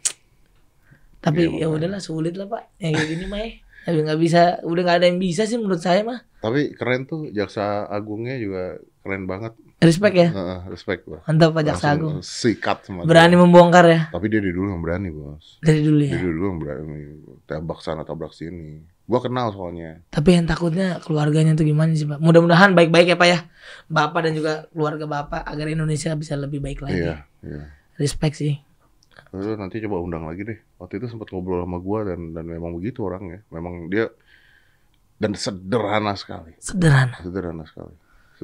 Tapi Iya, ya udahlah, sulit lah Pak. Ya kayak gini mah ya. Tapi nggak bisa, udah nggak ada yang bisa sih menurut saya mah. Tapi keren tuh Jaksa Agungnya juga keren banget. Respect ya. Respect gua. Mantap Pak Jaksa Langsung Agung. sikat sama Berani dia. membongkar ya. Tapi dia dari dulu yang berani bos. Dari dulu ya. Dari dulu yang berani. Tabrak sana tabrak sini. Gua kenal soalnya. Tapi yang takutnya keluarganya tuh gimana sih Pak? Mudah-mudahan baik-baik ya Pak ya. Bapak dan juga keluarga Bapak agar Indonesia bisa lebih baik lagi. Iya. Respect sih. Lalu nanti coba undang lagi deh. Waktu itu sempat ngobrol sama gua dan memang begitu orangnya. Memang dia dan sederhana sekali. Sederhana. Sederhana sekali.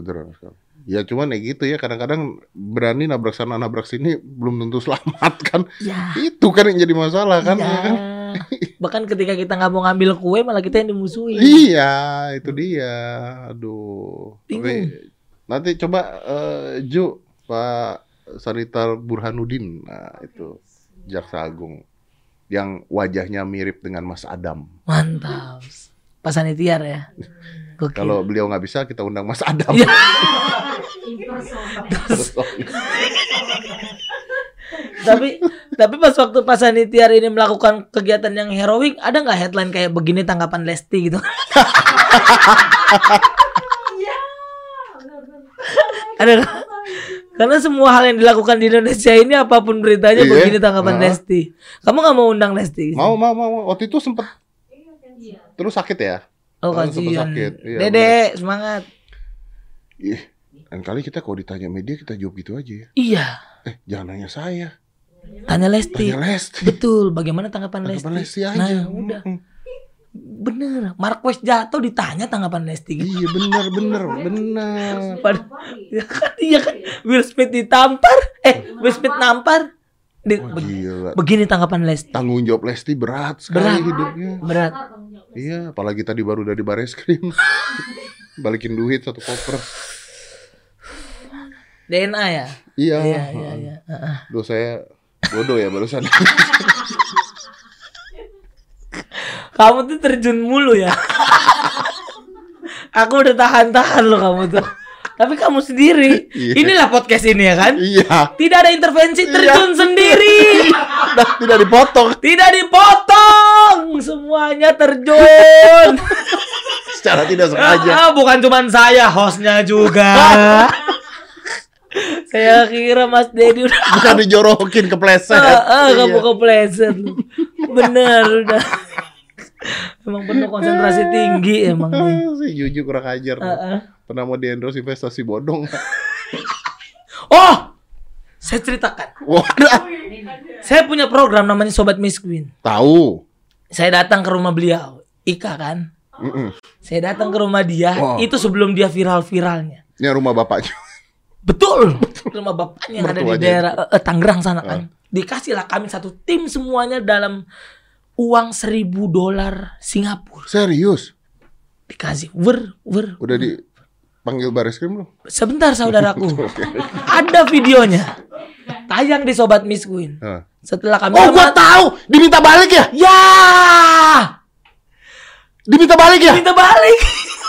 Ya cuman ya gitu ya, kadang-kadang berani nabrak sana nabrak sini belum tentu selamat kan. Ya. Itu kan yang jadi masalah kan. Iya. Ya kan? Bahkan ketika kita nggak mau ngambil kue malah kita yang dimusuhi. Iya, itu dia. Aduh. Bingung. Tapi nanti coba Ju, Pak Sanitar Burhanuddin. Nah, itu Jaksa Agung yang wajahnya mirip dengan Mas Adam. Mantap. Pak Sanitiar ya. Gokil. Kalau beliau nggak bisa, kita undang Mas Adam. Iya. tapi pas waktu Pak Sanitiar ini melakukan kegiatan yang heroik, ada nggak headline kayak begini tanggapan Lesti gitu? Ada nggak? Karena semua hal yang dilakukan di Indonesia ini apapun beritanya Iya. begini tanggapan Lesti. Kamu nggak mau undang Lesti? Mau. Waktu itu sempet terus sakit ya. Oh Sempet kasihan. sakit. Iya, Dede semangat. Ih, dan kali kita kalau ditanya media kita jawab gitu aja ya. Iya. Jangan nanya saya. Tanya Lesti. Tanya Lesti. Betul. Bagaimana tanggapan Tanggapan Lesti? Lesti aja. Nah udah. Bener. Marquez jatuh ditanya tanggapan Lesti. Gitu. Iya bener. Iya kan. Will Smith ditampar. Will Smith nampar. Gila. Begini tanggapan Lesti. Tanggung jawab Lesti berat sekali hidupnya. Berat. Iya, apalagi tadi baru dari Bareskrim. Balikin duit 1 koper. DNA ya. Iya. Iya. Duh saya bodoh ya barusan. Kamu tuh terjun mulu ya. Aku udah tahan loh kamu tuh. Tapi kamu sendiri. Iya. Inilah podcast ini ya kan? Iya. Tidak ada intervensi, terjun sendiri. Tidak dipotong. Tidak dipotong. Semuanya terjun. Secara tidak sengaja. Bukan cuman saya, hostnya juga. Saya kira Mas Dedi udah Bukan dijorokin kepleset. kamu kepleset lu. Bener udah. Emang penuh konsentrasi tinggi emang nih. Si Juju kurang ajar. Pernah mau di-endorse investasi bodong. Oh, saya ceritakan. Waduh. Saya punya program namanya Sobat Miss Queen. Tahu. Saya datang ke rumah beliau, Ika kan. Saya datang ke rumah dia, itu sebelum dia viral-viralnya. Ini rumah bapaknya. Betul. Rumah bapaknya yang ada di Mertuanya. daerah Tangerang sana kan. Dikasihlah kami satu tim semuanya dalam uang $1.000 Singapura. Serius? Dikasih, Udah dipanggil baris krim belum? Sebentar saudaraku. Ada videonya. Tayang di Sobat Miss Queen. Setelah kami Gua tahu, diminta balik ya? Ya. Diminta balik ya? Minta balik.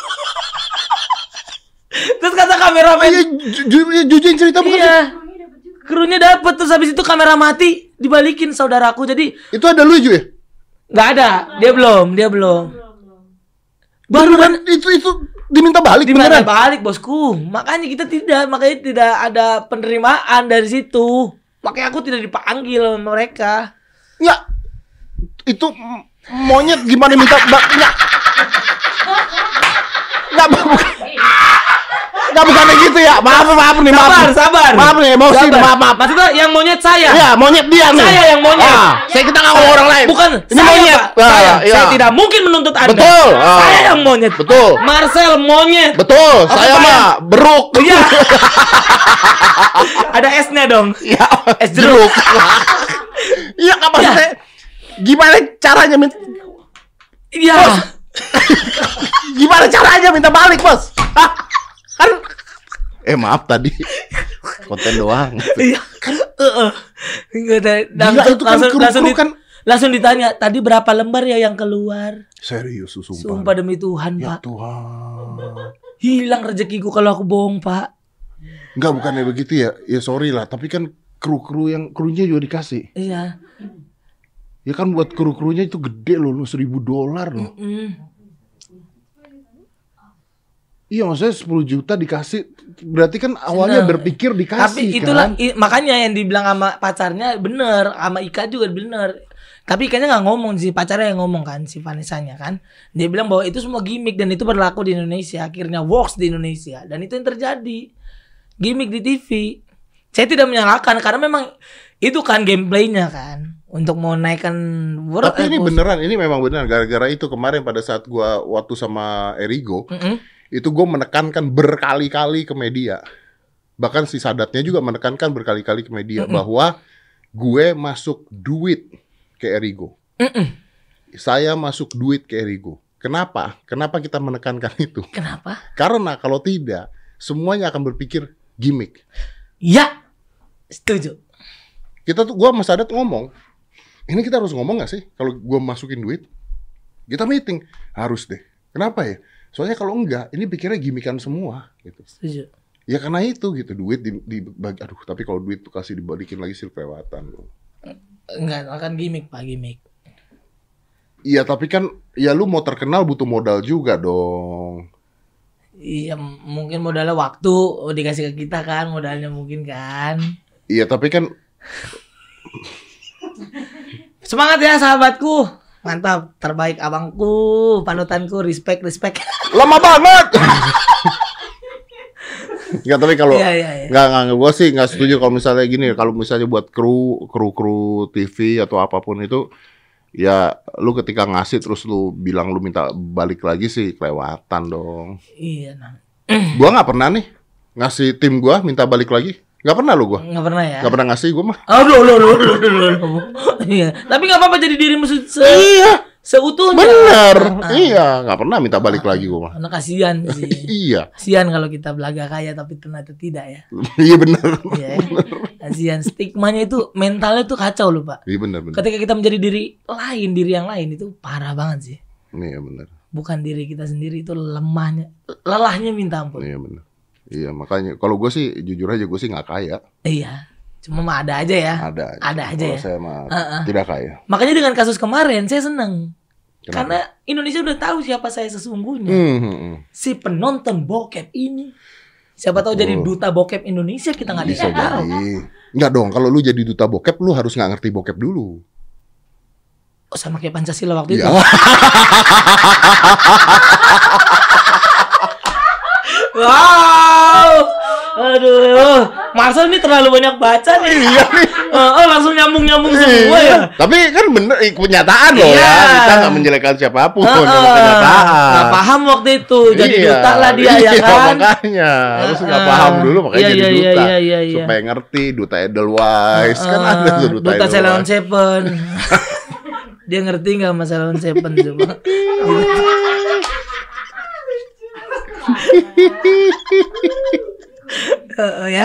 Terus kata kameramen, Iya, Juju yang cerita bukan? iya. Krunya dapet, terus habis itu kamera mati dibalikin saudaraku. Jadi Itu ada lu Ju ya? nggak ada, dia belum. Baru itu diminta balik dimana beneran? balik bosku. Makanya tidak ada penerimaan dari situ. Makanya aku tidak dipanggil sama mereka. Enggak. Itu monyet gimana minta enggak. Enggak bukannya gitu ya. Maaf nih, maaf. Sabar. Maaf nih, emosi, maaf. Maksudnya yang monyet saya. Iya, monyet dia nih. Saya yang monyet. Saya kita nggak ngomong orang lain. Bukan, Ini saya, monyet. Pak. Saya Iya. tidak mungkin menuntut Anda. Betul. Saya yang monyet. Betul. Marcel monyet. Betul. Oke, Saya Pak, mah beruk. Iya. Ada S-nya dong. Iya. Es jeruk. Iya, apa maksudnya? Gimana caranya minta? Iya. Gimana caranya minta balik, Bos? Hah? Kan maaf tadi. Konten doang. Iya. Enggak ada. Gila, itu kan kru-kru kan. Langsung ditanya, tadi berapa lembar ya yang keluar? Serius, sumpah. Sumpah demi Tuhan, Ya Pak. Tuhan. Hilang rezekiku kalau aku bohong, Pak. Enggak, bukannya begitu ya. Ya sorry lah, tapi kan krunya juga dikasih. Iya. Ya kan buat krunya itu gede loh, $1.000 loh. Iya, maksudnya 10 juta dikasih. Berarti kan awalnya berpikir dikasih. Tapi itulah kan? makanya yang dibilang sama pacarnya bener, sama Ika juga bener. Tapi Ikanya nggak ngomong sih, pacarnya yang ngomong kan, si Vanessa-nya kan. Dia bilang bahwa itu semua gimmick dan itu berlaku di Indonesia. Akhirnya works di Indonesia dan itu yang terjadi. Gimmick di TV. Saya tidak menyalahkan karena memang itu kan gameplaynya kan untuk mau naikkan Tapi ini beneran, ini memang beneran. Gara-gara itu kemarin pada saat gua waktu sama Erigo, itu gue menekankan berkali-kali ke media. Bahkan si Sadatnya juga menekankan berkali-kali ke media bahwa gue masuk duit ke Erigo. Saya masuk duit ke Erigo. Kenapa? Kenapa kita menekankan itu? Kenapa? Karena kalau tidak, semuanya akan berpikir gimmick. Ya, setuju. Kita tuh, gue sama Sadat ngomong, ini kita harus ngomong nggak sih? Kalau gue masukin duit, kita meeting harus deh. Kenapa ya? Soalnya kalau enggak, ini pikirnya gimmickan semua gitu. Setuju. Ya karena itu gitu, duit dibagi. Aduh, tapi kalau duit tuh kasih dibalikin lagi sih kelewatan. Enggak, akan gimmick Pak, gimmick. Iya, tapi kan ya lu mau terkenal butuh modal juga dong. Iya, mungkin modalnya waktu dikasih ke kita kan, modalnya mungkin kan. Iya, tapi kan Semangat ya sahabatku. Mantap, terbaik abangku, panutanku, respect. lama banget. Enggak, tapi kalau Iya. enggak gue sih enggak setuju kalau misalnya gini, kalau misalnya buat kru TV atau apapun itu, ya lu ketika ngasih terus lu bilang lu minta balik lagi sih kelewatan dong. Iya, nah. Gua nggak pernah nih ngasih tim gua minta balik lagi. Nggak pernah lu gua. Nggak pernah ya? Nggak pernah ngasih gua mah. Aduh. Iya, tapi nggak apa-apa jadi dirimu Iya, seutuhnya. bener. Iya, nggak pernah minta balik lagi gua mah. Karena kasihan sih. Iya. Kasihan kalau kita belaga kaya tapi ternyata tidak ya. Iya bener. Iya. Kasihan, stigmanya itu, mentalnya tuh kacau loh Pak. Iya bener. Ketika kita menjadi diri yang lain itu parah banget sih. Iya bener. Bukan diri kita sendiri itu lelahnya minta ampun. Iya bener. Iya, makanya kalau gue sih jujur aja gue sih nggak kaya. Iya, cuma mah ada aja ya. Ada aja kalau ya. saya mah tidak kaya. Makanya dengan kasus kemarin saya seneng. Kenapa? Karena Indonesia udah tahu siapa saya sesungguhnya. Si penonton bokep ini. Siapa tahu jadi duta bokep Indonesia, kita nggak bisa tahu. Enggak dong, kalau lu jadi duta bokep lu harus nggak ngerti bokep dulu. sama kayak Pancasila waktu itu. Ya. Wow. Aduh, Marcel ini terlalu banyak baca nih. Iya nih. Langsung nyambung semua ya. Tapi kan bener kenyataan loh Iya. ya. Kita nggak menjelekkan siapapun, kenyataan. Nggak paham waktu itu, jadi duta lah dia ya kan. Makanya harus nggak paham dulu makanya Iya, jadi iya, duta. iya. Supaya ngerti duta Edelweiss kan ada tuh duta Duta Ceylon Edelweiss. Seven. Dia ngerti nggak sama Ceylon Seven coba? Ya.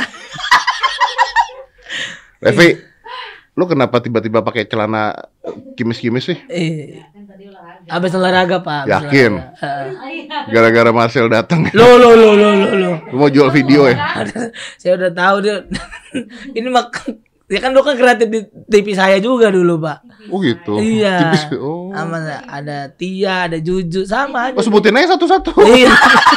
Levi, lu kenapa tiba-tiba pakai celana kimis-kimis sih? Abis olahraga Pak. Abis Yakin? olahraga. Gara-gara Marcel datang. Lo. Lu mau jual video ya? Saya udah tahu dia. Ini ya kan lo kan kreatif di TV saya juga dulu Pak. Oh gitu. Iya. Tipis. Oh. Sama ada Tia, ada Juju, sama aja. Oh, sebutin aja satu-satu. Iya.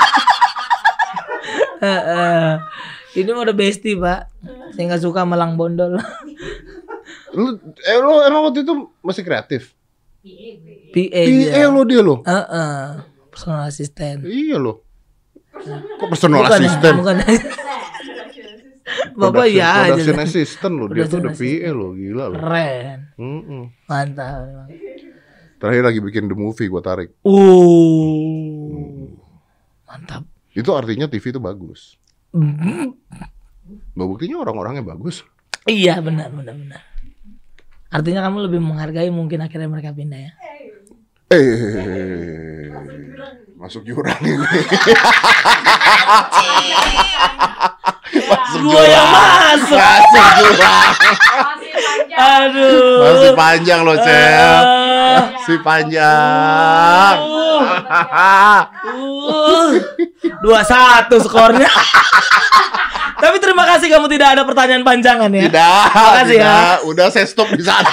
Ini udah bestie Pak. Saya nggak suka melang bondol. Lu emang waktu itu masih kreatif? PA Iya lo dia lo. Personal assistant. Iya lo. Kok personal assistant? Bukan. Bapak ya aja. Production assistant lo. Dia tuh Production udah PA lo, gila lo. Keren. Mantap. Terakhir lagi bikin The Movie gua tarik. Mantap. Itu artinya TV itu bagus. Buktinya orang-orangnya bagus. Iya benar. Artinya kamu lebih menghargai mungkin akhirnya mereka pindah ya. Masuk jurang ini. Gua yang masuk. Masuk jurang. Aduh. Masih panjang loh, Cel. Masih panjang. 2-1 skornya. Tapi terima kasih kamu tidak ada pertanyaan panjangan ya. Tidak. ya. Udah saya stop di sana.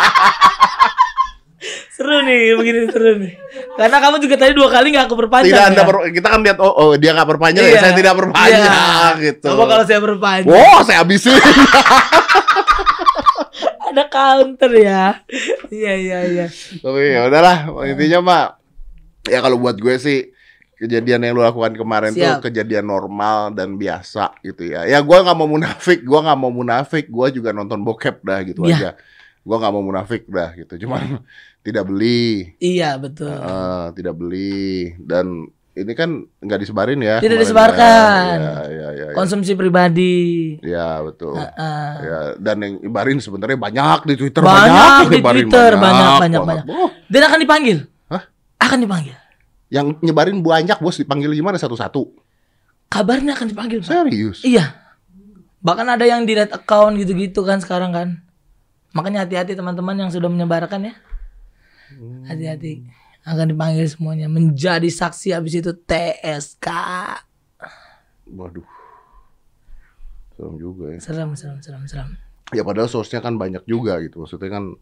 Seru nih, begini seru nih. Karena kamu juga tadi 2 kali nggak aku perpanjang. Tidak, ya? kita kan lihat dia nggak perpanjang Iya. ya, saya tidak perpanjang gitu. Coba kalau saya perpanjang. Saya habisin. Ada counter ya. Iya. Tapi ya udahlah, intinya Pak. Ya kalau buat gue sih kejadian yang lu lakukan kemarin tuh kejadian normal dan biasa gitu ya. Ya gue nggak mau munafik, gue juga nonton bokep dah gitu aja. Gue nggak mau munafik dah gitu, cuman tidak beli. Iya betul. Tidak beli dan ini kan nggak disebarin ya. Tidak disebarkan. Ya. Konsumsi pribadi. Ya betul. Ya, dan yang nyebarin sebenarnya banyak di Twitter, banyak di Twitter, banyak. Oh. Dan akan dipanggil. Hah? Akan dipanggil. Yang nyebarin banyak bos, dipanggil gimana satu-satu? Kabarnya akan dipanggil. Pak. Serius? Iya. Bahkan ada yang di red account gitu-gitu kan sekarang kan. Makanya hati-hati teman-teman yang sudah menyebarkan ya. Hati-hati. Akan dipanggil semuanya menjadi saksi, habis itu TSK. Waduh. Serem juga ya. Serem. Ya padahal source-nya kan banyak juga gitu. Maksudnya kan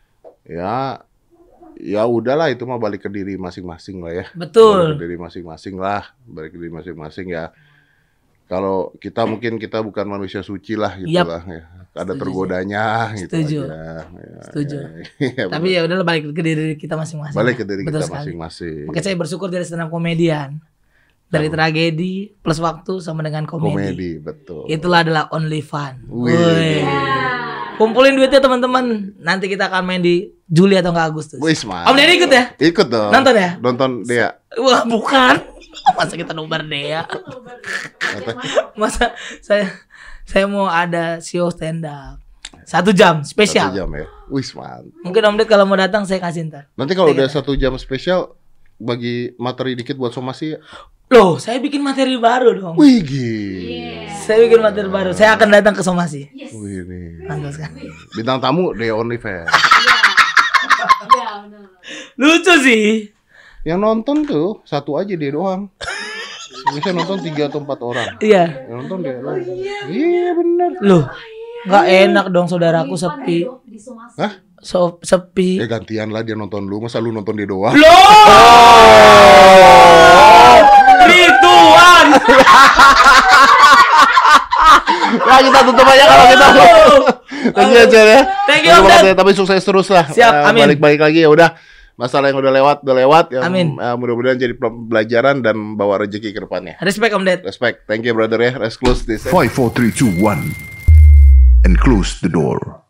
ya udahlah itu mah balik ke diri masing-masing lah ya. Betul. Balik ke diri masing-masing ya. Kalau kita mungkin kita bukan manusia suci lah gitu lah ya. Ada tergodanya gitu aja. Setuju. Ya, tapi ya udahlah balik ke diri kita masing-masing. Balik ke diri Betul kita sekali. masing-masing. Makanya saya bersyukur dari stand up komedian. Dari tragedi plus waktu sama dengan komedi. Betul. Itulah adalah only fun. Wih. Kumpulin duitnya teman-teman. Nanti kita akan main di Juli atau enggak Agustus. Wih, Om Deddy ikut ya? Ikut dong. Nonton ya? Nonton dia. Wah, bukan. Masa kita nobar Dea? Masa saya mau ada show stand up 1 jam spesial. 1 jam ya. Wih, mantap. Mungkin Om Deddy kalau mau datang saya kasih ntar. Nanti kalau udah 1 jam spesial bagi materi dikit buat somasi ya. Loh, saya bikin materi baru dong. Wih, gila. Saya bikin materi baru. Saya akan datang ke somasi. Wih, nih. Mantap sekali. Bintang tamu Dea OnlyFans. Lucu sih. Yang nonton tuh 1 aja dia doang. Bisa nonton 3 atau 4 orang. Iya. Yang nonton dia doang. Iya bener. Loh, nggak enak dong saudaraku sepi. Hah? Sepi. Ya gantian lah dia nonton lu. Masa lu nonton dia doang? Rituan. Nah kita tutup aja kalau kita Thank you Cel ya. Thank you, Om Ded. Tapi sukses terus lah. Siap, amin. Balik-balik lagi ya udah. Masalah yang udah lewat ya. Amin. Mudah-mudahan jadi pembelajaran dan bawa rezeki ke depannya. Respect Om Ded. Respect. Thank you brother ya. Let's close this. 5, 4, 3, 2, 1. And close the door.